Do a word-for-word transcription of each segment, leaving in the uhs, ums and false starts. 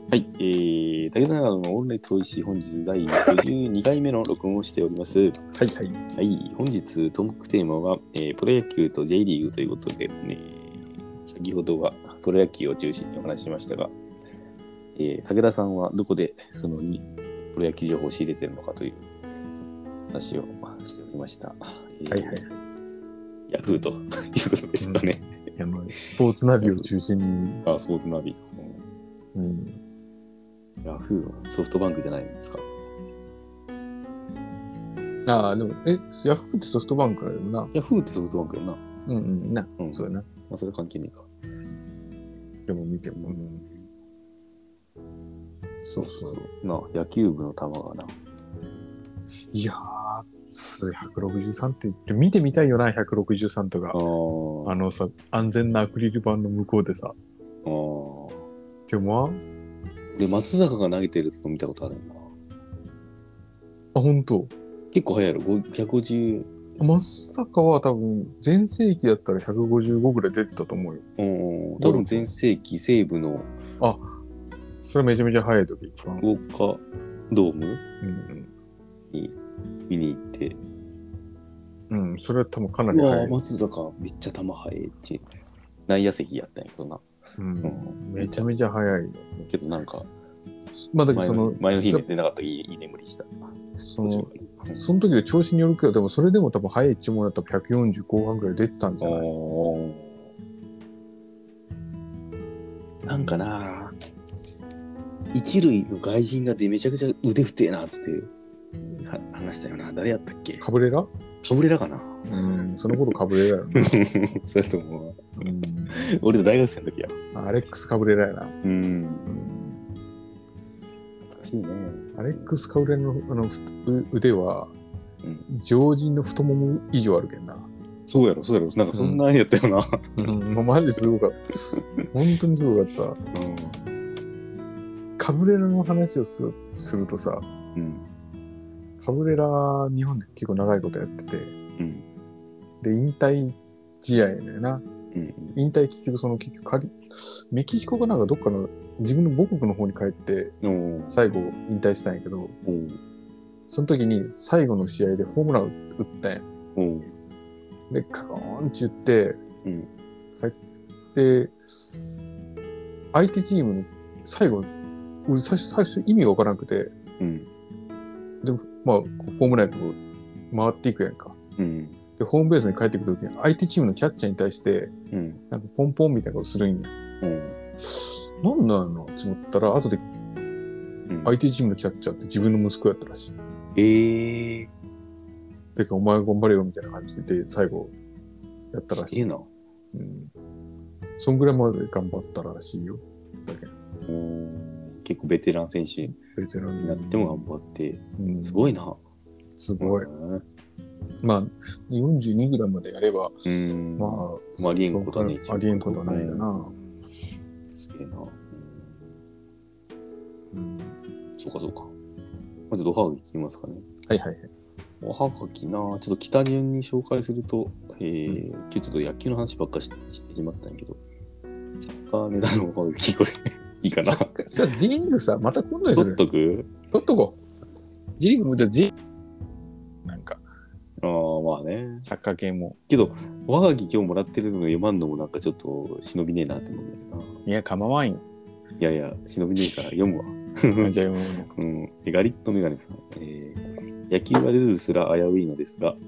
はい、えー、竹田長野のオンライン遠いし、本日だいごじゅうにかいめの録音をしております。はいはい。 はい、本日、トークテーマは、えー、プロ野球と J リーグということで、ね、先ほどはプロ野球を中心にお話ししましたが、えー、武田さんはどこでそのプロ野球情報を仕入れているのかという話をしておりました。 えー、はいはい。 ヤフーということですかね。 うん、いやまあスポーツナビを中心に。 あ、スポーツナビ。 うん。 ヤフーはソフトバンクじゃないんですか？ ああ、でも、え、ヤフーってソフトバンクだよな。 ヤフーってソフトバンクやな。 うんうん、な。 うん、 そうやな。 まあ、それ関係ねえか。 でも見ても、うん、そうそうそう。 なあ、野球部の球がな。 いやー、ひゃくろくじゅうさんって言って、見てみたいよな、ひゃくろくじゅうさんとか。ああのさ、安全なアクリル板の向こうでさ。ああ。でもで、松坂が投げてるの見たことあるな。 あ、ほんと？ 結構速いやろ、ひゃくごじゅう。松坂は多分、全盛期だったらひゃくごじゅうごぐらい出てたと思うよ。 うん、多分全盛期、西武の。 あ、それめちゃめちゃ速い時。 福岡ドーム、 うんうん、 に見に行って。 うん、それは多分かなり速い。 うわ、松坂めっちゃ球速いって。内野席やったんやけどな。 うん、うん、めちゃめちゃ速い。 けどなんか、 まあだけどその前の日寝てなかったらいい、いい眠りした。 その、その時で調子によるけど、でもそれでも多分速い注文だったらひゃくよんじゅう後半ぐらい出てたんじゃない？ なんかな、一塁の外人がでめちゃくちゃ腕振ってえなっつって話したよな。誰やったっけ？ カブレラ？ カブレラかな。 うん、その頃カブレラやな。 そうやと思う。 うん、 俺の大学生の時や。 アレックス・カブレラやな。 うん。うん、懐かしいね。 アレックス・カブレラの、あの腕は、うん、常人の太もも以上あるけんな。 そうやろ、そうやろ。なんかそんなやったよな。 うん、うん、マジすごかった。本当にすごかった。うん、カブレラの話をする、するとさ、うん、カブレラ日本で結構長いことやってて、うん、で引退試合だよな、うん、引退結局その結局カリメキシコかなんかどっかの自分の母国の方に帰って最後引退したんやけど、うん、その時に最後の試合でホームラン打ったんや、うん、でカコーンって言って、うん、帰って相手チームの最後俺最初最初意味がわからなくて、うん、でもまあホームラン回っていくやんか、うん、でホームベースに帰ってくるときに相手チームのキャッチャーに対して、うん、なんかポンポンみたいなことするんや、うん、なんなんのって思ったら後で相手チームのキャッチャーって自分の息子やったらしい。ええー。てかお前頑張れよみたいな感じで最後やったらしい。いいな。うん。そんぐらいまで頑張ったらしいよ。だけど。 結構ベテラン選手ベテランになっても頑張って、うん、すごいな。 すごい。まあよんじゅうにぐらいまでやれば、うん、まあ、 まあ、ありえんことはね。 ありえんことはないよな。 すげえな。うん、そうかそうか。まずドハガキ聞きますかね。 はいはいはい。 ドハガキな、ちょっと北順に紹介すると、えー、うん、今日ちょっと野球の話ばっかり して, してしまったんやけど、サッカーネタのドハガキこれいいかな。 じゃあ J リーグさ、また今度にする。 取っとく？ 取っとこう。J リーグもじゃあ J なんか。 ああ、まあね。 サッカー系も。 けど、おはがき今日もらってるの読まんのもなんかちょっと忍びねえなって思うんだよな。 いや、構わんよ。 いやいや、忍びねえから読むわ。 じゃあ読むの。 うん。ガリットメガネさん。えー、野球はルールすら危ういのですが、うん、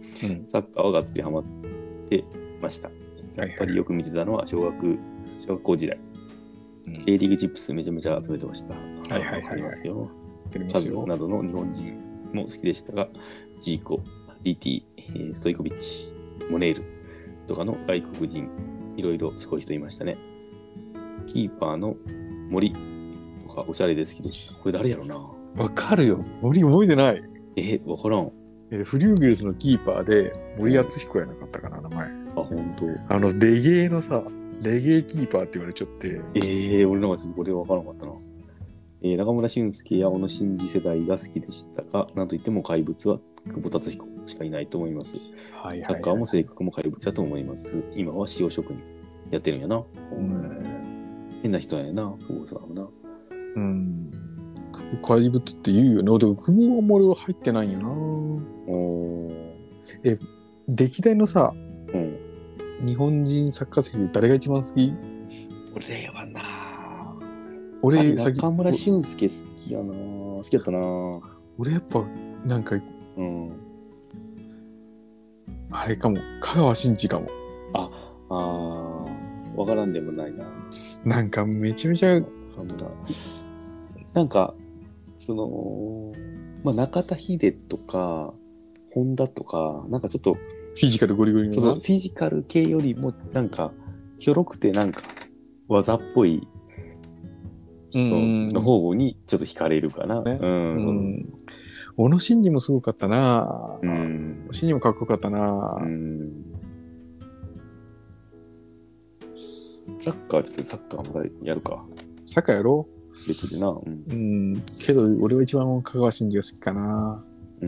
サッカーはがっつりハマってました。やっぱりよく見てたのは小学、小学校時代。うん、J リーグチップスめちゃめちゃ集めてました。 はいはいはい、はい。 わかりますよ。カズなどの日本人も好きでしたが、ジーコ、リティ、ストイコビッチ、モネールとかの外国人、いろいろすごい人いましたね。キーパーの森とかおしゃれで好きでした。これ誰やろな。 わかるよ。森覚えてない。 え、わからん。 え、フリューゲルスのキーパーで森敦彦やなかったかな、名前。あ、 ほんと。 あの、レゲエのさ、レゲエキーパーって言われちゃって。 えー、俺なんかちょっとこれわからなかったな。えー、中村俊輔や小野伸二世代が好きでしたが、なんといっても怪物は久保達彦しかいないと思います。はいはいはい、サッカーも性格も怪物だと思います。今は塩職人やってるんやな。うん、変な人やな、久保さんはな。 うん。久保怪物って言うよね。でも久保は俺は入ってないんよな。 おえ、歴代のさ、 うん、 日本人サッカー選手で誰が一番好き？ 俺はな俺、 中村俊輔好きやな好きやったな俺やっぱ、なんか、 うん、 あれかも。香川真司かも。 あ、あー、わからんでもないな。 なんかめちゃめちゃ、 なんか、その、まあ、中田秀とか、本田とか、なんかちょっと、 フィジカルゴリゴリのな。 そうそう、フィジカル系よりも、なんか、ひょろくて、なんか、技っぽい人の方にちょっと惹かれるかな。うん。うんうん、 小野伸二もすごかったな。 うん。 小野伸二もかっこよかったな。 うん。サッカー、ちょっとサッカーまだやるか。 サッカーやろう？ 別にな。うん。 うん。けど、俺は一番香川真司が好きかな。 うん。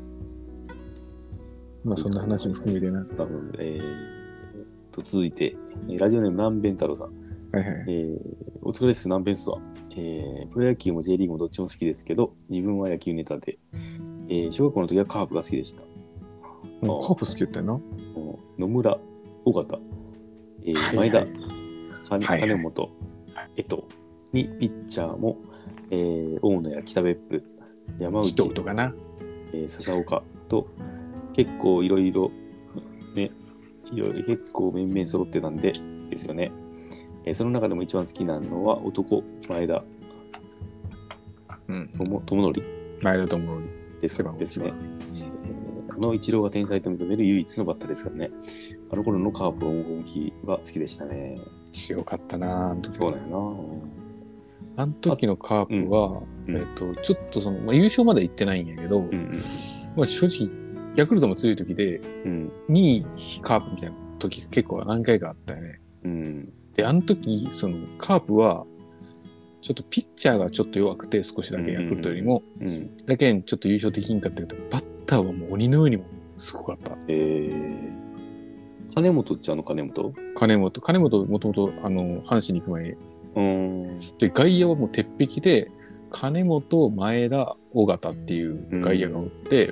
まあ、そんな話も含めてな。 多分、えー、と、続いて、ラジオネーム南弁太郎さん。 はいはい。 えー、お疲れです、南弁っすわ。えー、プロ野球も J リーグもどっちも好きですけど、自分は野球ネタで、えー、小学校の時はカープが好きでした。 カープ好きだったよな。 野村、尾形、えー、前田、金本、江藤にピッチャーも、えー、大野や北別府、山内とかな、 えー、笹岡と結構いろいろね、いろいろ結構面々揃ってたんでですよね。えー、その中でも一番好きなのは男、前田、うん、友則、 前田智則ですですね。あのイチローが天才と認める唯一のバッターですからね。あの頃のカープの本気は好きでしたね。 強かったなぁ。 そうだよな。あの時のカープは、うん、えっと、ちょっとその、まあ、優勝まで行ってないんやけど、うんうん、まあ、正直、ヤクルトも強い時で、うん、にいカープみたいな時が結構何回かあったよね。うん、で、あの時、その、カープは、ちょっとピッチャーがちょっと弱くて、少しだけヤクルトよりも、うんうん、だけんちょっと優勝できんかったけど、バッターはもう鬼のようにもすごかった。 えー、金本っちゃの金本金本。金本もともと、あの、阪神に行く前に。で、外野はもう鉄壁で、金本、前田、尾形っていう外野がおって、うん、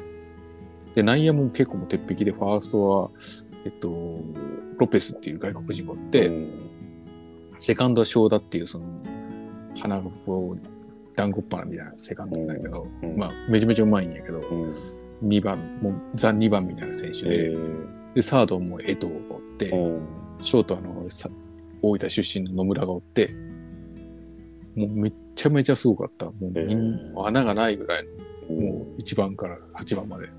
で、内野も結構もう鉄壁で、ファーストは、えっと、ロペスっていう外国人がおって、うん、セカンドは正田っていう、その、花がこう、団子っ鼻みたいなセカンドなんだけど、うん、まあ、めちゃめちゃうまいんやけど、うん、にばん、もうザにばんみたいな選手で、で、サードも江藤がおって、ショートあの、大分出身の野村がおって、もうめっちゃめちゃすごかった。もうみんな穴がないぐらいの、もういちばんからはちばんまで。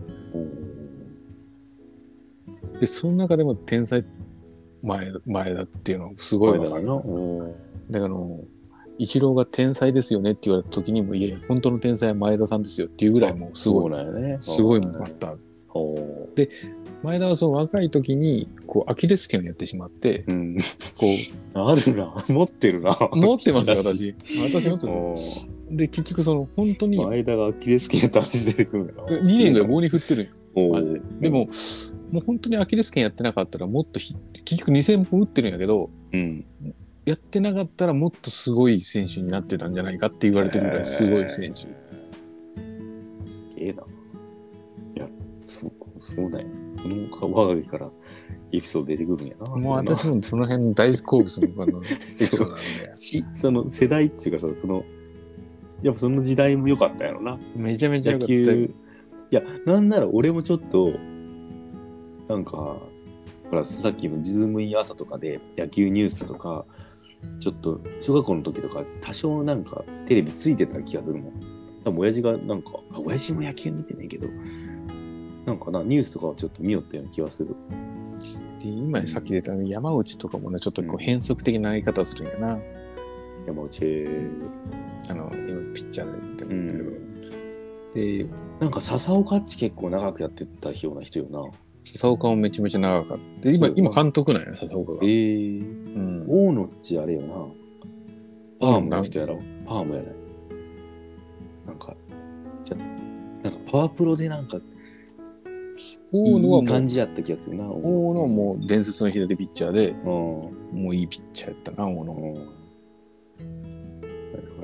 で、その中でも天才前田、前田っていうのはすごいわかる。だから、イチローが天才ですよねって言われた時にも、いや、本当の天才は前田さんですよっていうぐらいもうすごい、ね、すごいバッター。で、前田はその若い時に、こう、アキレス腱をやってしまって、うん、こう、 あるな、持ってるな。 持ってますよ、私。私持ってます。で、結局その、本当に。 前田がアキレス腱やった話出てくるんだな。 にねんぐらい棒に振ってるよ。マジで。でも、もう本当にアキレス腱やってなかったら、もっとひ、結局にせんぽん打ってるんやけど、うん、やってなかったらもっとすごい選手になってたんじゃないかって言われてるぐらいすごい選手。 すげえな。いや、そう、そうだよ。この我が家からエピソード出てくるんやな。 もう私もその辺の大好物のエピソードなんで。 し、その世代っていうかさ、その、やっぱその時代も良かったやろな。 めちゃめちゃ良かった。 野球。いや、なんなら俺もちょっと、なんか、ほら、さっきのズームイン朝とかで野球ニュースとか、ちょっと小学校の時とか多少なんかテレビついてた気がするもん。多分親父がなんか、あ、親父も野球見てないけど、なんかな、ニュースとかはちょっと見よったような気がする。 で、今さっき出た山内とかもね、ちょっとこう変則的な投げ方するんやな。うん、 山内、 あの、今ピッチャーで言ってるけど、うん。で、 なんか笹岡っち結構長くやってたような人よな。 笹岡もめちゃめちゃ長かった。今、今監督なんや、笹岡が。 ええー。うん。大野っちあれよな。パームの人やろ。パームやない。なんか、じゃなんかパワープロでなんか、大野はいい感じやった気がするな。 大野はもう伝説の左ピッチャーで、うん、もういいピッチャーやったな、大野。うん、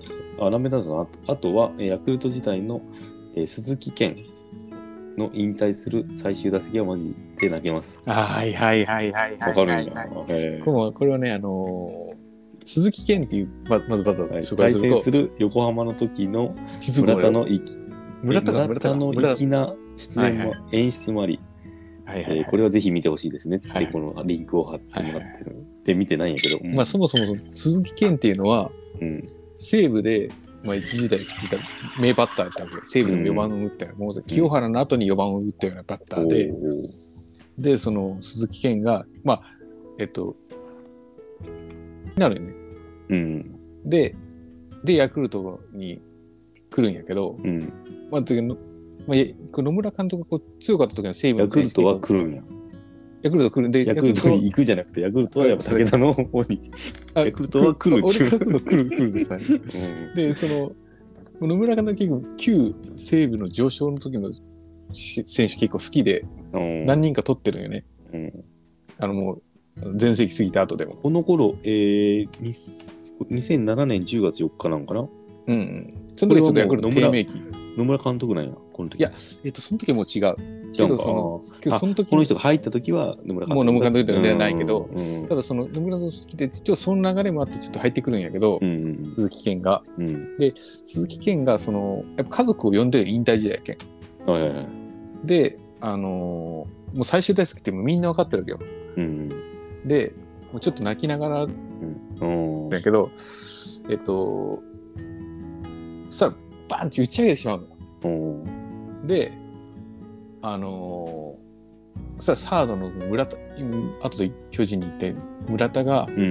あ、ラメダのあと、あとは、ヤクルト時代の、えー、鈴木健の引退する最終打席はマジで投げます。 あ、はいはいはいはいはい。 わかるんや。 これはね、あのー、鈴木健っていう、ままずバター紹介すると、対戦する横浜の時の村田の粋村田村田の粋な出演も、はいはい、演出もあり、はいはいはい、えー、これはぜひ見てほしいですねつって、はい、このリンクを貼ってもらってる、はいはい、で見てないんやけど、うん、 まあそもそも鈴木健っていうのは、うん、西武で、まあ、一時代来てた名バッターだったわけで、西武でもよばんを打ったような、うん、清原の後によばんを打ったようなバッターで、うん、でその鈴木健がまあえっとなるよね、うん、ででヤクルトに来るんやけど、うん、まあだけどまあ、野村監督がこう強かった時の西武のヤクルトは来るんや。 ヤクルト来るんで、 ヤクルトに行くじゃなくて、ヤクルトはやっぱ武田の方に。ヤクルトは来るっていう。俺からすると来る、来るんです、うん。で、その、野村監督結構、旧西武の上昇の時の選手結構好きで、うん、何人か取ってるよね。うん、あのもう、全盛期過ぎた後でも。 この頃、えー、にせんななねんじゅうがつよっかなんかな。 うんうん。その時ちょっとヤクルト低迷期。 野村監督なんや、この時。 いや、えっと、その時はもう違う。 けど、その、けどその時この人が入った時は野村監督。 もう野村監督ではないけど、うん、ただその野村監督好きで、ちょっとその流れもあってちょっと入ってくるんやけど、うん、鈴木健が、うん。で、鈴木健が、その、やっぱ家族を呼んでる引退試合やけん。はいはいはい。で、あのー、もう最終打席ってもうみんな分かってるわけよ。うん、で、もうちょっと泣きながら、うん、やけど、えっと、そしたらバーンって打ち上げてしまうの。で、あのー、そしたらサードの村田、後で巨人に行って村田が、うん、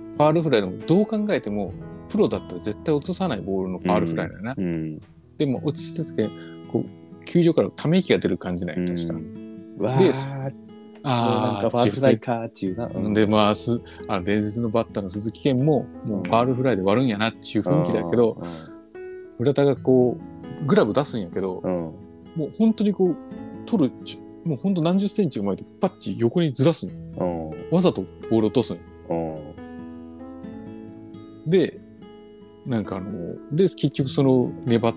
ファールフライでもどう考えてもプロだったら絶対落とさないボールのファールフライだよな。うんうん、でも落ちてた時こう球場からため息が出る感じない、確か。うん、 わーああ、ファールフライかーっていうな。 うん、で、まあ、すあの伝説のバッターの鈴木健も、もうファールフライで割るんやなっていう雰囲気だけど、うん、村田がこう、グラブ出すんやけど、うん、もう本当にこう、取る、もう本当何十センチ前でパッチ横にずらすの。うん、わざとボール落とすの。うん、で、なんかあの、で、結局その、粘って、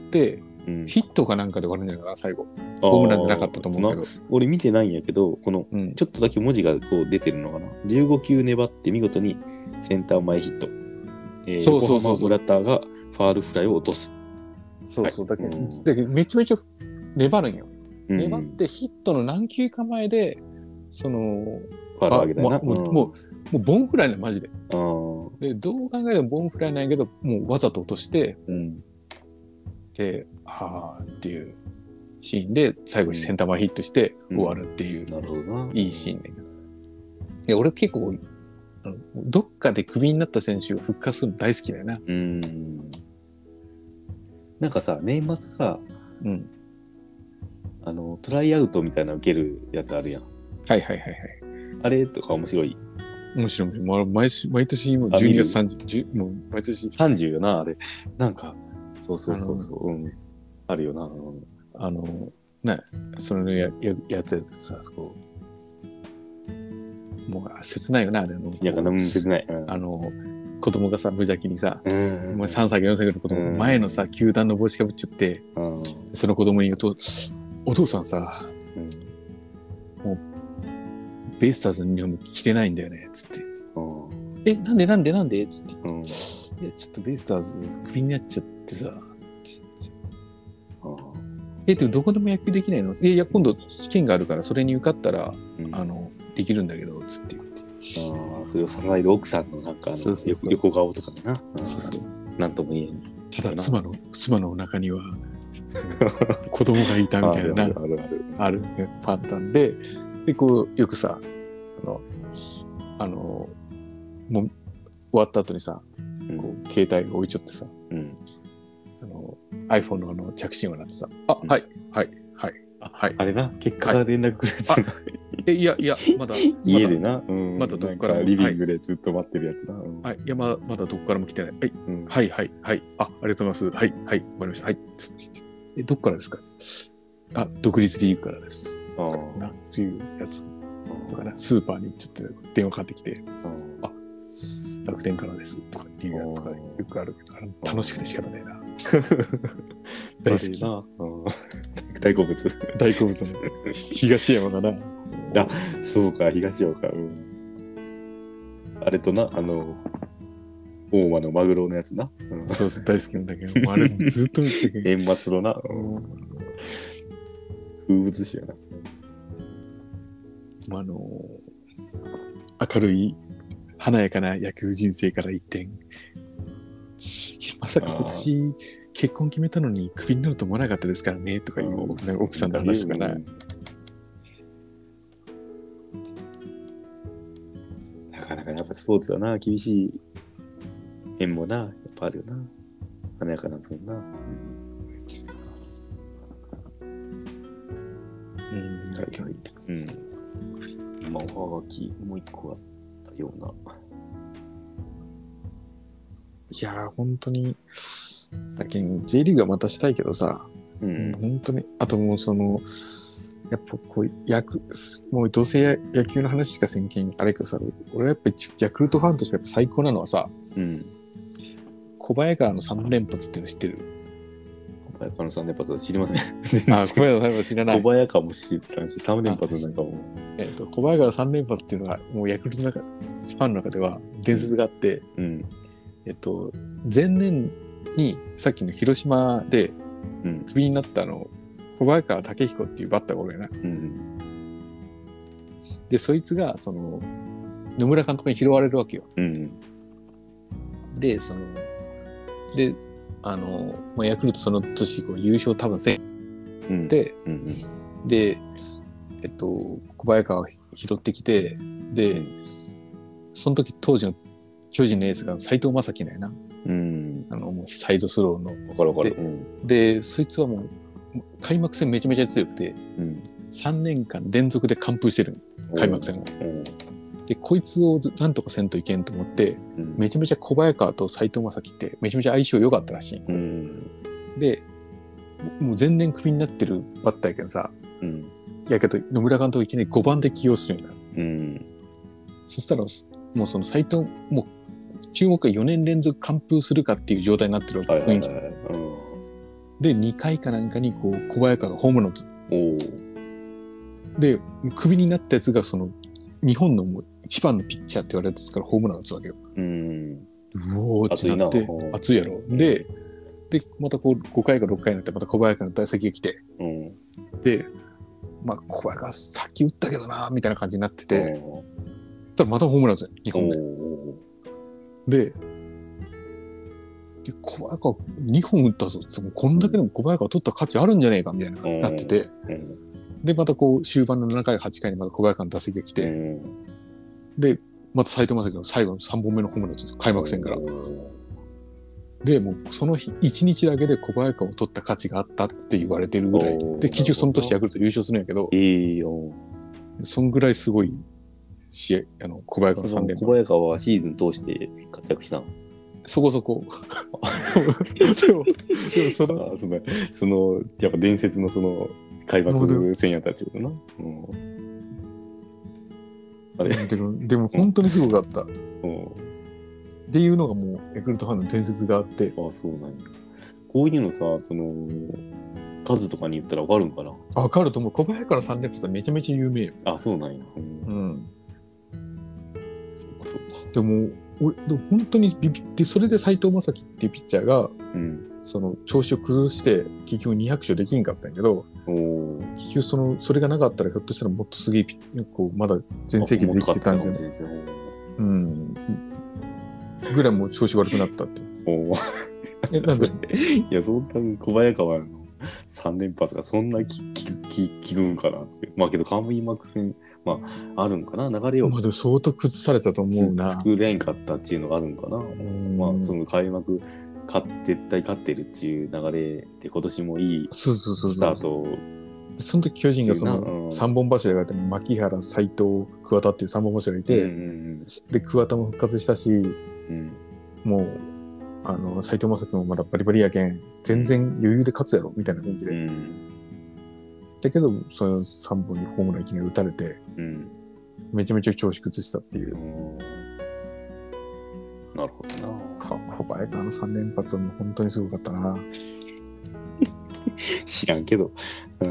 うん、ヒットかなんかで終わるんじゃないかな、最後。ホームランじゃなかったと思うけど。 俺見てないんやけど、この、ちょっとだけ文字がこう出てるのかな。じゅうごきゅう粘って見事にセンター前ヒット。えー、そうそうそうそう。横浜村田がファールフライを落とす。 そうそう。だけど、はい、だけどめちゃめちゃ粘るんよ。うん、粘ってヒットの何球か前で、その、 ファール上げたな。 もう、もう、もうボンフライなマジで。で、どう考えてもボンフライなんやけど、もうわざと落として、うん、で、はーっていうシーンで最後にセンター前ヒットして終わるっていう、うん、なるほどな、いいシーンで。で、俺結構どっかでクビになった選手を復活するの大好きだよな。うん。 なんかさ、年末さ、うん、あのトライアウトみたいなの受けるやつあるやん。 はいはいはいはい。 あれとか面白い。 面白い。まあ、毎, 毎年もうじゅうにがつさんじゅう、もう毎年さんじゅうよなあれ。なんかそうそうそうそう、うん、あるよな。 あのね、その や, や, やつやつさ、こうもう切ないよなあれの。 いや、切ない。うん、 あの子供がさ無邪気にさ、うん、もうさんさいかよんさいぐらいの子供、うん、前のさ球団の帽子かぶっちゃって、うん、その子供に言うと、お父さんさ、うん、もうベイスターズのユニフォーム着てないんだよねつって、うん、えなんでなんでなんでつって、うん、いやちょっとベイスターズクビになっちゃってさ。え、でもどこでも野球できないの？いや、今度試験があるからそれに受かったら、うん、あのできるんだけどつって言って。 ああ、それを支える奥さんのなんかあのそうそうそう、横顔とかでな。 そうそう。 なんとも言えん。 ただ妻の妻の中には子供がいたみたいなあるあるあるあるパターンで、でこうよくさあのあのもう終わった後にさ、うん、こう携帯置いちゃってさ。うん、iPhone のあの着信音になってさ、あ、うん、はい、はい、はい、 あ、はい。あれな、結果が連絡くれてない。 え、いや、いや、まだ。 家でな、うん、 まだどっからも。 リビングでずっと待ってるやつな。 はい、うんはい、いや、まだ、まだどっからも来てない。はい、うん、はい、はい、はい。あ、ありがとうございます。はい、はい、わかりました。はい。つってえ、どっからですか？あ、独立リーグからです。ああ。な、そういうやつ。だから、スーパーにちょっと電話かかってきて、あ、 楽天からですとかっていうやつがよくあるけど、楽しくて仕方ないな。大好きな。 大好物。 大好物の東山がな。 あ、そうか、東山か。うん、あれとな、あの、大間のマグロのやつな。 うん、そうそう、大好きなんだけど、あれずっと見てるけど。 円末のな。うん、風物詩やな。 あのー、明るい華やかな野球人生から一転、まさか今年結婚決めたのにクビになると思わなかったですからねとかいう奥さんの話とかな。 なかなかやっぱスポーツはな、厳しい面もな、やっぱあるよな。華やかな分な。うん、はいはい。うん。今おはがきもう一個あったような。 いやー本当に最近 J リーグはまたしたいけどさ、うん、本当にあともうそのやっぱこうヤクもうどうせ野球の話しかせんけんあれけどさ、俺はやっぱりヤクルトファンとしてやっぱ最高なのはさ、うん、小早川のさん連発っていうの知ってる？ 小早川のさん連発は知りません。 あ、小早川のさん連発知らない。 小早川も知ってたし、さん連発なんかも。 えっと、小早川のさん連発っていうのがもうヤクルトの中ファンの中では伝説があって、うん、えっと前年にさっきの広島でクビになったあの小早川武彦っていうバッターがおるやな、うん、でそいつがその野村監督に拾われるわけよ、うん、でそのであの、まあ、ヤクルトその年こう優勝多分せん、うん、で、うんうん、でえっと小早川を拾ってきてでその時当時の巨人のエースが斎藤正樹なんやな、うん、あのもうサイドスローのわかるわかる、 で、うん、でそいつはもう開幕戦めちゃめちゃ強くて、うん、さんねんかん連続で完封してる開幕戦を、うん、でこいつをなんとかせんといけんと思って、うん、めちゃめちゃ小早川と斎藤正樹ってめちゃめちゃ相性良かったらしい、うん、でもう前年クビになってるバッターやけどさ、うん、やけど野村監督いきなりごばんで起用するようになる、うん、そしたらもうその斎藤もう注目がよねん連続完封するかっていう状態になってる雰囲気、はいはいはい、うん、でにかいかなんかにこう小早川がホームラン打つ。でクビになったやつがその日本のもう一番のピッチャーって言われたやつからホームラン打つわけよ。うん、うおーってなって熱いやろ。ででまたこうごかいかろっかいになってまた小早川の打席が来て、うん、でまあ小早川さっき打ったけどなみたいな感じになってて、ただまたホームラン打つよにほんめ。でで小早川にほん打ったぞってこんだけでも小早川取った価値あるんじゃねえかみたいな、うん、なってて、うん、でまたこう終盤のななかいはちかいにまた小早川の打席が来て、うん、でまた斎藤正樹の最後のさんぼんめのホームランです開幕戦から、うん、でもうその日いちにちだけで小早川を取った価値があったって言われてるぐらいで結局その年ヤクルト優勝するんやけど、いいよそんぐらいすごい試合あの小早川のさん連発。 小早川はシーズン通して活躍したの？ そこそこでも、でもそのそのそのやっぱ伝説のその開幕戦やったってことな、うん、 あれでもでも本当にすごかった、うん、っていうのがもうヤクルトファンの伝説があって。 ああそうなんや。こういうのさその数とかに言ったら分かるんかな。 あ分かると思う。小早川のさん連発はめちゃめちゃ有名よ。 あそうなんや、うん、うん、 そうかそうか。でも俺でも本当にビビってそれで斎藤正樹っていうピッチャーが、うん、その調子を崩して結局にひゃく勝できんかったんやけど、結局そのそれがなかったらひょっとしたらもっとすげえこうまだ全盛期でできてたんじゃない、うん、ぐらいもう調子悪くなったって。おえなんでいやそんな小早川のさん連発がそんな効くんかなって。まあけど開幕戦まああるんかな流れを。 まあでも相当崩されたと思うな。 作れんかったっていうのがあるんかな。まあその開幕勝絶対勝ってるっていう流れで今年もいいスタートを。 その時巨人がそのさんぼん柱があって牧原、斎藤、桑田っていうさんぼん柱がいて、うんうんうん、で桑田も復活したし、うん、もうあの斎藤正樹もまだバリバリやけん全然余裕で勝つやろみたいな感じで、うん、だけどそのさんぼんにホームランいきなり打たれて、うん、めちゃめちゃ調子崩したっていう、 なるほどな。 か小早川のさん連発はもう本当にすごかったな。 知らんけど。うん。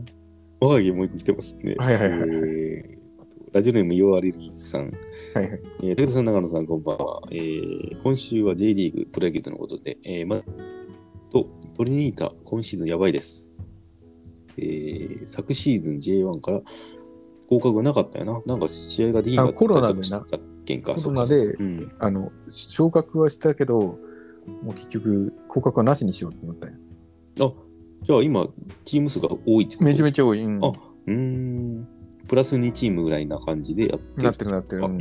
おはぎもう一個来てますね。 はいはいはいはい、 えー、あとラジオネームヨアレリーさん。 はいはい。 えー、武田さん、長野さん、こんばんは。えー、今週は J リーグプロ野球とのことで、えー、まと、トリニータ、今シーズンやばいです。えー、昨シーズン ジェイワン から降格がなかったよな。なんか試合ができなかったコロナでな。 っけんか。 コロナで、 うん、 あの、昇格はしたけど、もう結局、降格はなしにしようと思ったんや。 あ、じゃあ今、チーム数が多いってこと？ めちゃめちゃ多い。うん、 あ、うーん。プラスにチームぐらいな感じでやってる。 なってるなってる。 うん。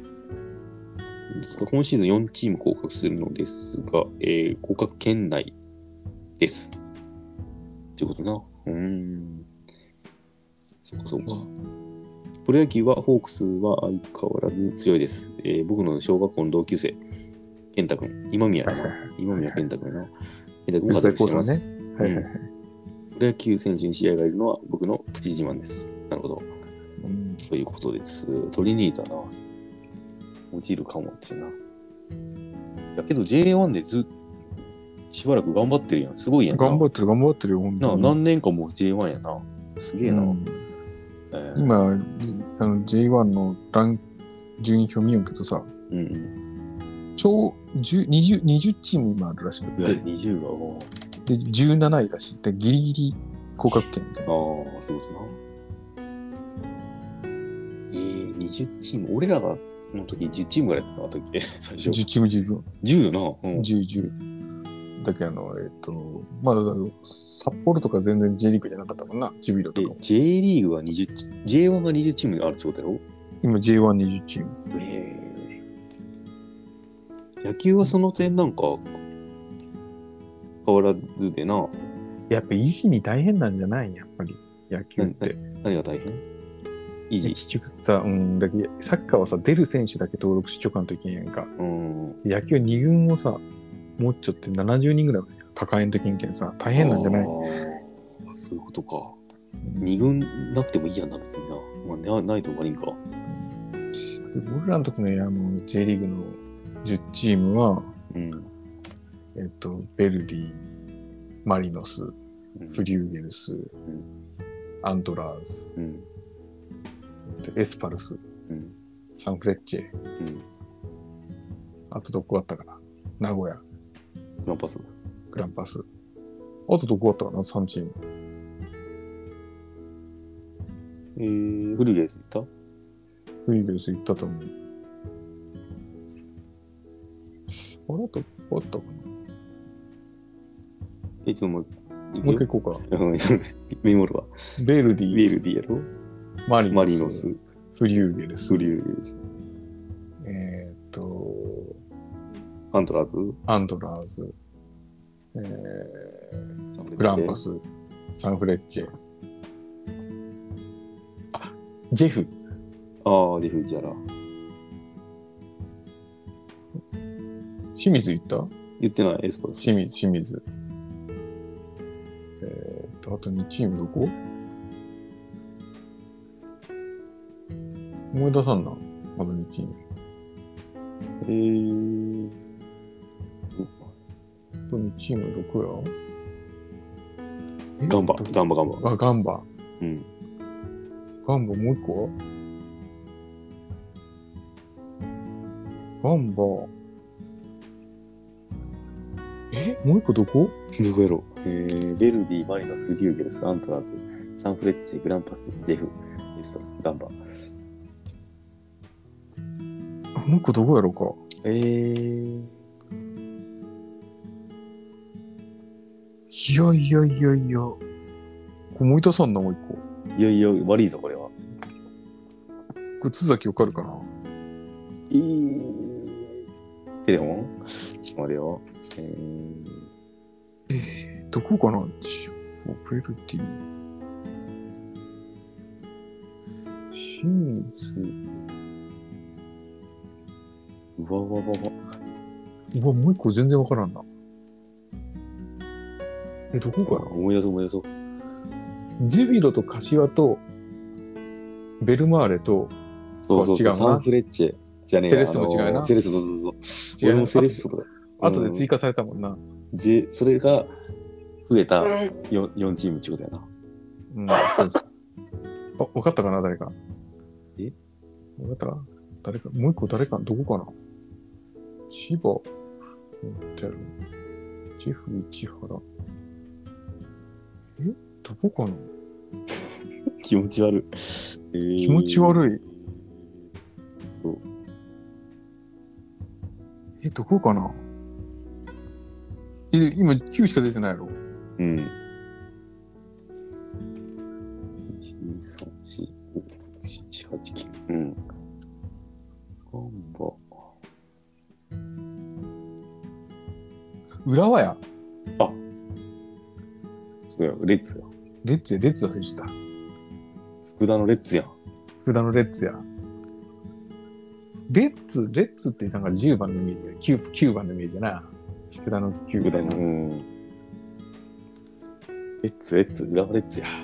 今シーズンよんチーム降格するのですが、えー、降格圏内です。ってことな。うーん。そっかそっか。プロ野球はホークスは相変わらず強いです。えー、僕の小学校の同級生、健太くん、今宮やな。今宮健太くんやな。健太くんが活躍してます。はいはいはい。プロ野球選手に試合がいるのは僕のプチ自慢です。なるほど。うん、ということです。トリニータな。落ちるかもってな。だけど ジェイワン でずしばらく頑張ってるやん。すごいやんな。頑張ってる頑張ってるよ、本当に。 な何年間も ジェイワン やな。すげえな。うんえー、今、あの ジェイワン のラン順位表見ようけどさ、うん、ちょうにじゅう、にじゅうチーム今あるらしくて。 にじゅうがで、じゅうなないらしい。で、ギリギリ降格圏みたいな。 ああ、そういうことな。えー、にじゅうチーム、俺らがの時じゅうチームぐらいだったっけ最初。 じゅうチーム十分。 じゅうよな。うん、 じゅう、じゅう。だけあの、えっと、まだ、札幌とか全然 J リーグじゃなかったもんな、ジュビロとかも。 J リーグはにじゅう、ジェイワン がにじゅうチームあるってことやろ？ 今 ジェイワンにじゅうチーム。 えー、野球はその点なんか変わらずでな。 やっぱ維持に大変なんじゃないやっぱり、野球って。 何が大変？維持。 結局さ、うん、だけサッカーはさ、出る選手だけ登録しちょかんといけんやんか。うん、野球に軍をさ、もうちょってななじゅうにんぐらい抱えんときんけんさ、大変なんじゃない？ ああ、そういうことか。に軍なくてもいいやんな、別にな。まあ、ないと悪いんか。 で僕らの時のあの J リーグのじゅうチームは、うん、えっと、ベルディ、マリノス、うん、フリューゲルス、うん、アントラーズ、うん、エスパルス、うん、サンフレッチェ、うん、あとどこあったかな、名古屋、 グランパス。 グランパス。あとどこあったかな、さんチーム。 えー、フリューゲルス行った？ フリューゲルス行ったと思う。あれあとどこあったかな。 いつももう一回行こうか。 メモるわ。 ベルディ。 ベルディやろ？ マリノス。 マリノス。 フリューゲルス。 フリューゲルス。 えーっと、 アントラーズ。 アントラーズ。えー、グランパス。サンフレッチェ。あ、ジェフ。 ああ、ジェフジャラ。 清水言った？ 言ってない、エスパルス。 清水、清水。えーっと、あとにチームどこ？思い出さんな。まだにチーム。えー。あとにチームどこや？ガンバ、ガンバ、ガンバ。 あ、ガンバ。 うん。 ガンバもう一個は？ガンバ。え？もう一個どこ？ どこやろ？えー、ベルディ、マリノス、リューゲルス、アントラーズ、サンフレッチェ、グランパス、ジェフ、エスパルス、ガンバ。 もう一個どこやろうか？ えー。 いやいやいやいや。これ思い出さんな、もう一個。 いやいや、悪いぞ、これは。 これ、津崎わかるかな？ えー。テレフォン？ちょっと待てよ。えー。 えー、どこかな？ベルディ。清水。 うわうわうわうわ。 うわ、もう一個全然わからんな。え、どこかな？ 思い出そう思い出そう。 ジュビロと柏とベルマーレとそうそうそう、サンフレッチェ、 じゃねえセレッソも違うなあのーセレッソ、そうそうそう。 違うな俺もセレッソとか。 後で追加されたもんな。 J、それが増えた 4, 4チームってことやな。 うん、そうです。あ、分かったかな、誰か。 え分かったかな誰か、もう一個誰か、どこかな千葉、ってやる。ジェフ、市原。えどこかな気持ち悪い。えー気持ち悪い。 そうえ、どこかなえ、今きゅうしか出てないやろうん。いち、に、さん、よん、ご、ろく、なな、はち、きゅう。うん。ガンバ。 浦和や。 そうや、レッツや。 レッツや、レッツ忘れした。 福田のレッツやん。 福田のレッツや。レッツ、レッツってなんかじゅうばんのイメージや。9, 9番のイメージやな。福田のきゅうばん。 福田の。うん。レッツ、レッツ、浦和レッツや。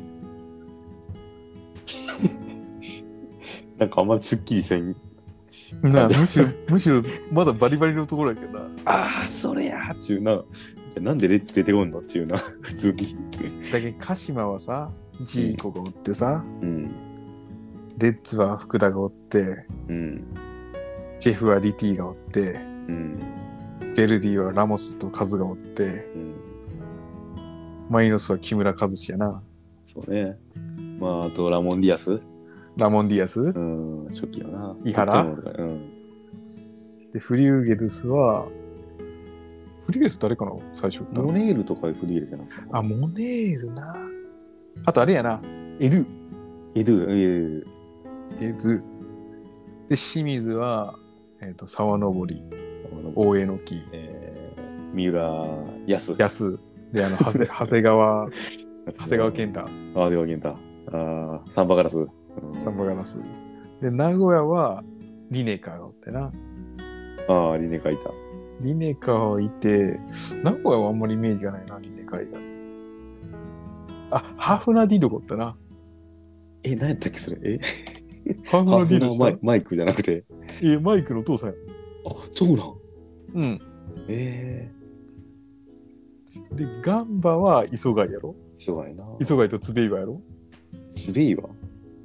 なんかあんまりすっきりせん。 なあ、むしろ、むしろ、まだバリバリのところやけどな。 ああ、それやっちゅうな。じゃあなんでレッツ出てこんのっちゅうな。普通に。 だけど、鹿島はさ、ジーコがおってさ、 うん。 レッツは福田がおって、 うん。 ジェフはリティがおって、 うん。 ベルディはラモスとカズがおって、 うん。 マイノスは木村和志やな。 そうね。まあ、あとラモン・ディアス。 ラモン・ディアス、 うん、初期よな。 井原得点王とかうん。 で、フリューゲルスは、フリューゲルス誰かな最初って。 モネールとかフリールじゃなくて。 あ、モネールな。あとあれやな。エドゥ。 エドゥ、エドゥ。 エドゥ。で、清水は、えっ、と、沢登り、 あの大江の木、 えー、三浦康。 安。で、あの、長谷長谷川、長谷川健太、 ああ、長谷川健太。ああ、サンバガラス。うんサンバガラス。で、名古屋は、リネカがおってな。 ああ、リネカいた。 リネカいて、名古屋はあんまりイメージがないな、リネカ以外。あ、ハーフナーディドがおったな。 え、何やったっけ、それ。えハーフナーディドしたマイマイクじゃなくて。 え、マイクのお父さんや。 あ、そうなん。 うん。 えで、ガンバは磯貝やろえー、すごいな。 磯貝とツベイバやろスベイは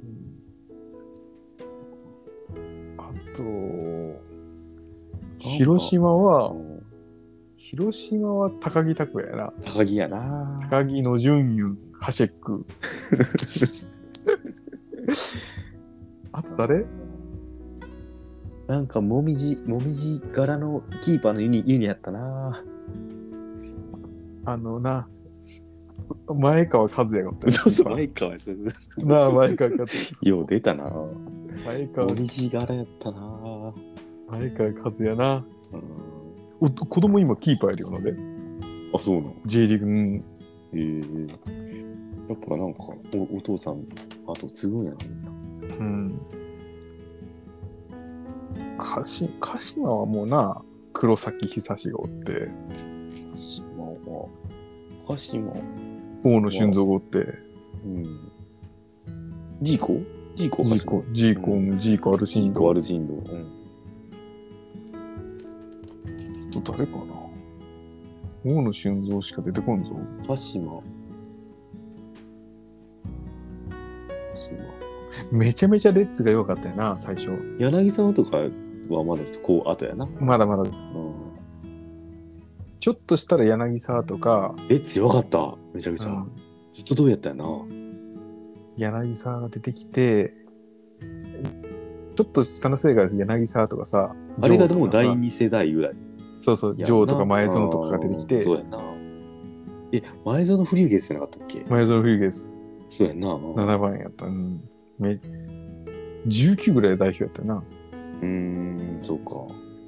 あと、広島は、広島は高木拓也やな。 高木やな。 高木の順ユン、ハシェック。あと誰なんか、もみじ、もみじ柄のキーパーのユニ、ユニやったな。 あのな、前川和也がおったよ。 そうそう、前川やった。 なあ、前川和也。 よう出たな。 前川も、みじ柄やったな。 前川和也な。 うん、 お子供今キーパーやるよなで。 あ、そうなの。 J リーグ、うん。 えー、やっぱなんかお、お父さん、あと継ぐんやな、みんな。 うん。鹿島、鹿島はもうな、黒崎久志がおって、 鹿島は、鹿島、 大野俊三がおって、 うん。ジーコジーコジーコ、ジーコ、 うん、 ジーコアルシンド。 ジーコアルシンド。うん。 あと誰かな大野俊三しか出てこんぞ。 鹿島。鹿島。 めちゃめちゃレッツが良かったよな、最初。 柳沢とかはまだこう後やな。 まだまだ。 うん。 ちょっとしたら柳沢とか、 レッツよかった。めちゃくちゃ。 うん、 ずっとどうやったよな。 柳沢が出てきて、ちょっと下の世代が柳沢とかさ、 あれがでもだいジョーとかさに世代ぐらい。 そうそう、ジョーとか前園とかが出てきて、 そうやな。え、前園フリューゲスじゃなかったっけ？ 前園フリューゲスそうやな。 ななばんやった。うん、めじゅうきゅうぐらいで代表やったよな。 うーん、そうか。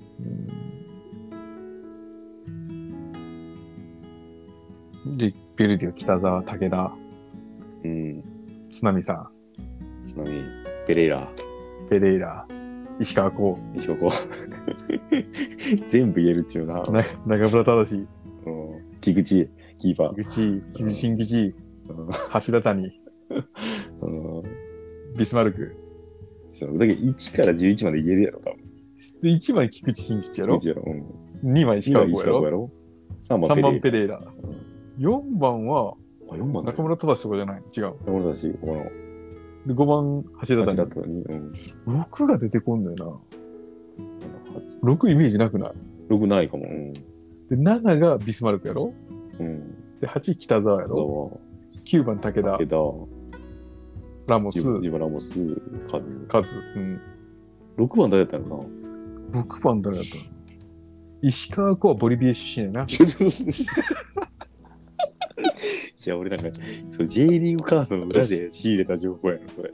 うん、で、ベルディは北沢、武田、 うん。 津波さ津波、ペレイラ、 ん、ペレイラ、石川光、 石川子。全部言えるっちゅうな。 な中村正、 うん。木口、キーパー。 菊池、木新口、 うん橋田谷、 うん。 ビスマルク。 そうだけどいちからじゅういちまで言えるやろ、多分。 で、いちばん菊池新吉やろ。 菊池やろ。うん、 にばん石川にばん郷やろ。 やろ。さんばんさんばんペレイラ。 ペレイラ。よんばんは、 あ、よんばん中村忠とかじゃない。違う。 中村忠、この、 で、ごばん橋田柱谷。 谷。うん。 ろくが出てこんだよな。ろくイメージなくない？ ろくないかも。うん。 で、なながビスマルクやろ。 うん。 で、はち北沢やろ。きゅうばん武田。 武田。 ラモス。 ジバラモス。カズ。 カズ。うん。 ろくばん誰だったのかな？ ろくばん誰だったの？石川子はボリビア出身やな。 いや、俺なんか、そう、J リーグカードの裏で仕入れた情報やな、それ。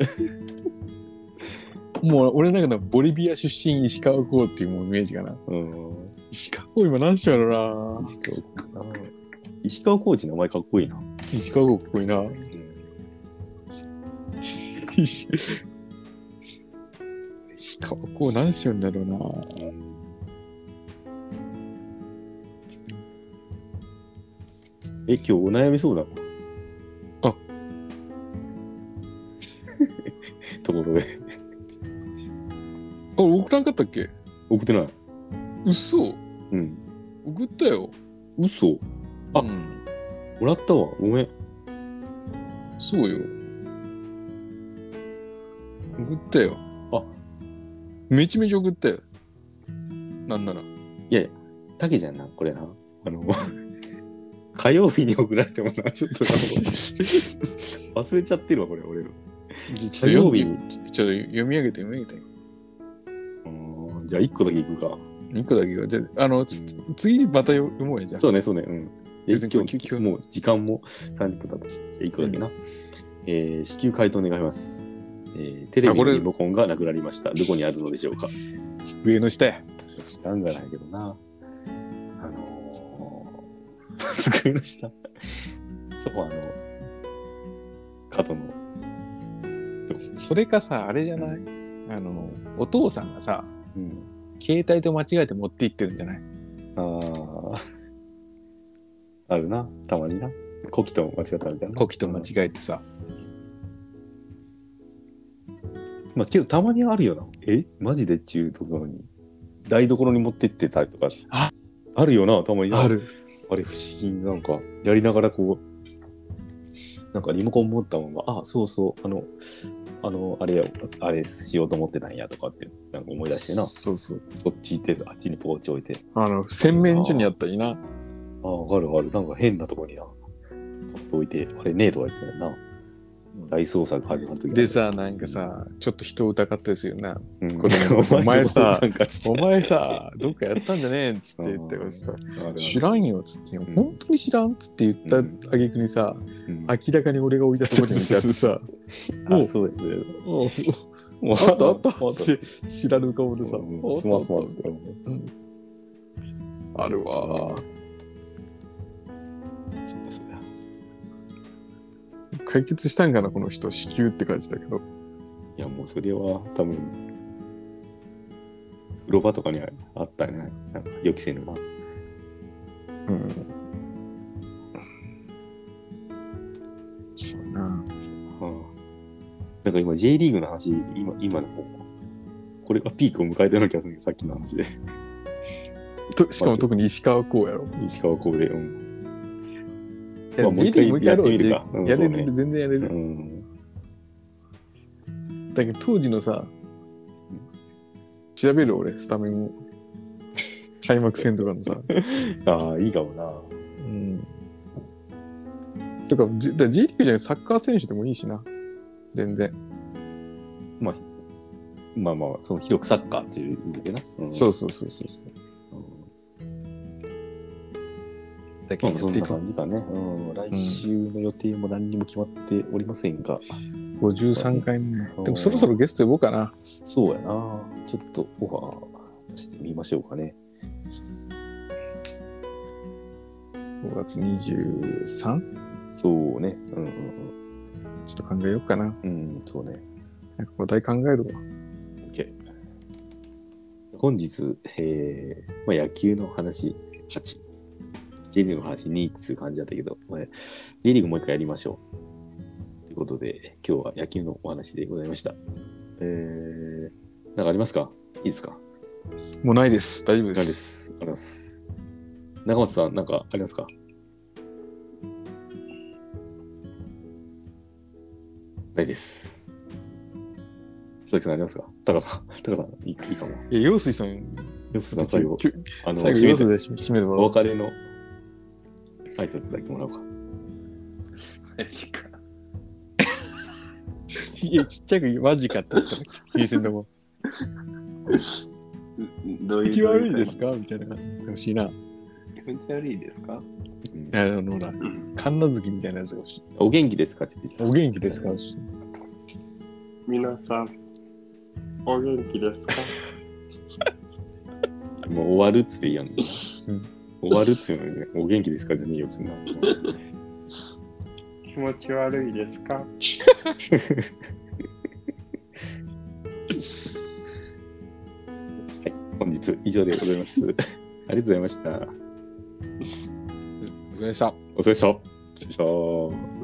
もう、俺の中でボリビア出身石川子っていうもうイメージかな。うん。石川子今何しやろな。 石川子な。石川コーチの名前かっこいいな。 石川子かっこいいな。うん、石川子何しようんだろうな。うんえ、今日お悩みそうだ。 あところで。 あ、送らんかったっけ？ 送ってない。 嘘？ うん。 送ったよ。 嘘？あ、うん、もらったわ。ごめん。 そうよ。送ったよ。 あ、 めちめち送ったよ。なんなら。 いやいや、たけじゃんな、これな。あの、火曜日に送られてもな、ちょっと忘れちゃってるわ、これ、俺。 火曜日に。ちょっと読み上げて、読み上げて。 うん、じゃあ、いっこだけいくか。 いっこだけが。じゃあ、あの、うん、次にまた読もうや、じゃあ。 そうね、そうね。うん。別に今日、今日もう時間もさんじゅっぷん経ったし、じゃあいっこだけな。うん、えー、至急回答願います。えー、テレビのリモコンがなくなりました。どこにあるのでしょうか。 机の下や。 知らんがないけどな。あのー、机の下。そこはあの、角の。 それかさ、あれじゃない、うん、あの、お父さんがさ、うん、携帯と間違えて持って行ってるんじゃない？ああ。あるな。たまにな。コキと間違ったみたいな。 コキと間違えてさ。 まあ、けどたまにあるよな。えマジでっちゅうところに。台所に持ってってたりとか。ああるよな、たまに。 ある。 あれ不思議になんか、やりながらこう、なんかリモコン持ったまま、あ、そうそう、あの、あの、あれや、あれしようと思ってたんやとかって、なんか思い出してな。 そうそう。 そっち行って、あっちにポーチ置いて。 あの、洗面所にあったりな。 ああ、わかるわかる。なんか変なとこにな。ポッと置いて、あれねえとか言ってんな。大捜索始まるときでさ、なんかさ、ちょっと人を疑ったですよな。うん、子供お前さ、お前さ、どっかやったんじゃねえっつって言ってさ、知らんよっつって、うん、本当に知らんっつって言ったあげくにさ、うん、明らかに俺が置いたところに置いてあってさ、 もう、そうですよ。 もう、あったあったって知らぬ顔でさ、 スマスマって。 あるわ。 そうそうや。 解決したんかなこの人、子宮って感じだけど。 いやもうそれは多分風呂場とかにあったね。なんか予期せぬな。うん。 そうな。 はあ。なんか今 J リーグの話、今今のこれがピークを迎えてるような気がするけど、さっきの話で。 としかも特に石川こうやろ。 石川こうで。うん。 まあ、もう一回やってみるか。やれる、全然やれる。うん、だけど当時のさ、調べる俺、スタメンを。開幕戦とかのさ。 ああ、いいかもな。うん。 とか、J リーグじゃないサッカー選手でもいいしな。全然。 まあ、まあまあ、その広くサッカーっていう意味でな。 うん、そうそうそうそう。 だけまあ、そんな感じかね、うん。来週の予定も何にも決まっておりませんが。 ごじゅうさんかいめ。でもそろそろゲスト呼ぼうかな。 そうやな。ちょっとオファーしてみましょうかね。 ごがつにじゅうさん？ そうね。うんうんうん。 ちょっと考えようかな。 うん、そうね。 なんかお題考えるわ。 OK。本日、えーまあ、野球の話はち。J リーグの話にっていう感じだったけど、まあ、J リーグもう一回やりましょう。ということで、今日は野球のお話でございました。えー、なんかありますか？いいですか？ もうないです。大丈夫で。 ないですす。ありがとうございます。中松さん、なんかありますか？ないです。鈴木さんありますか？タカさん、タカさん、いいいいかも。 いや、陽水さん、 よすさん、最後、あの、 最後、 締めて陽水で締めてもおらおう。 別れの挨拶だけもらおうか。 マジか。 いや、ちっちゃくマジかって言ったら気にせんとこ。 どういう気悪いですかみたいな感じで欲しいな。 気持ち悪いですか？ うん、 あの、ほら、神奈月みたいなやつが欲しい。 お元気ですかって言ってお元気ですか欲しい。 皆さん、お元気ですか？ もう終わるっつっていいやん、ね。 うん、 終わるっつうのにね、お元気ですかじゃねえよ、そんな。 気持ち悪いですか？ はい、本日以上でございます。ありがとうございました。 お疲れ様でした。 お疲れ様でした。失礼します。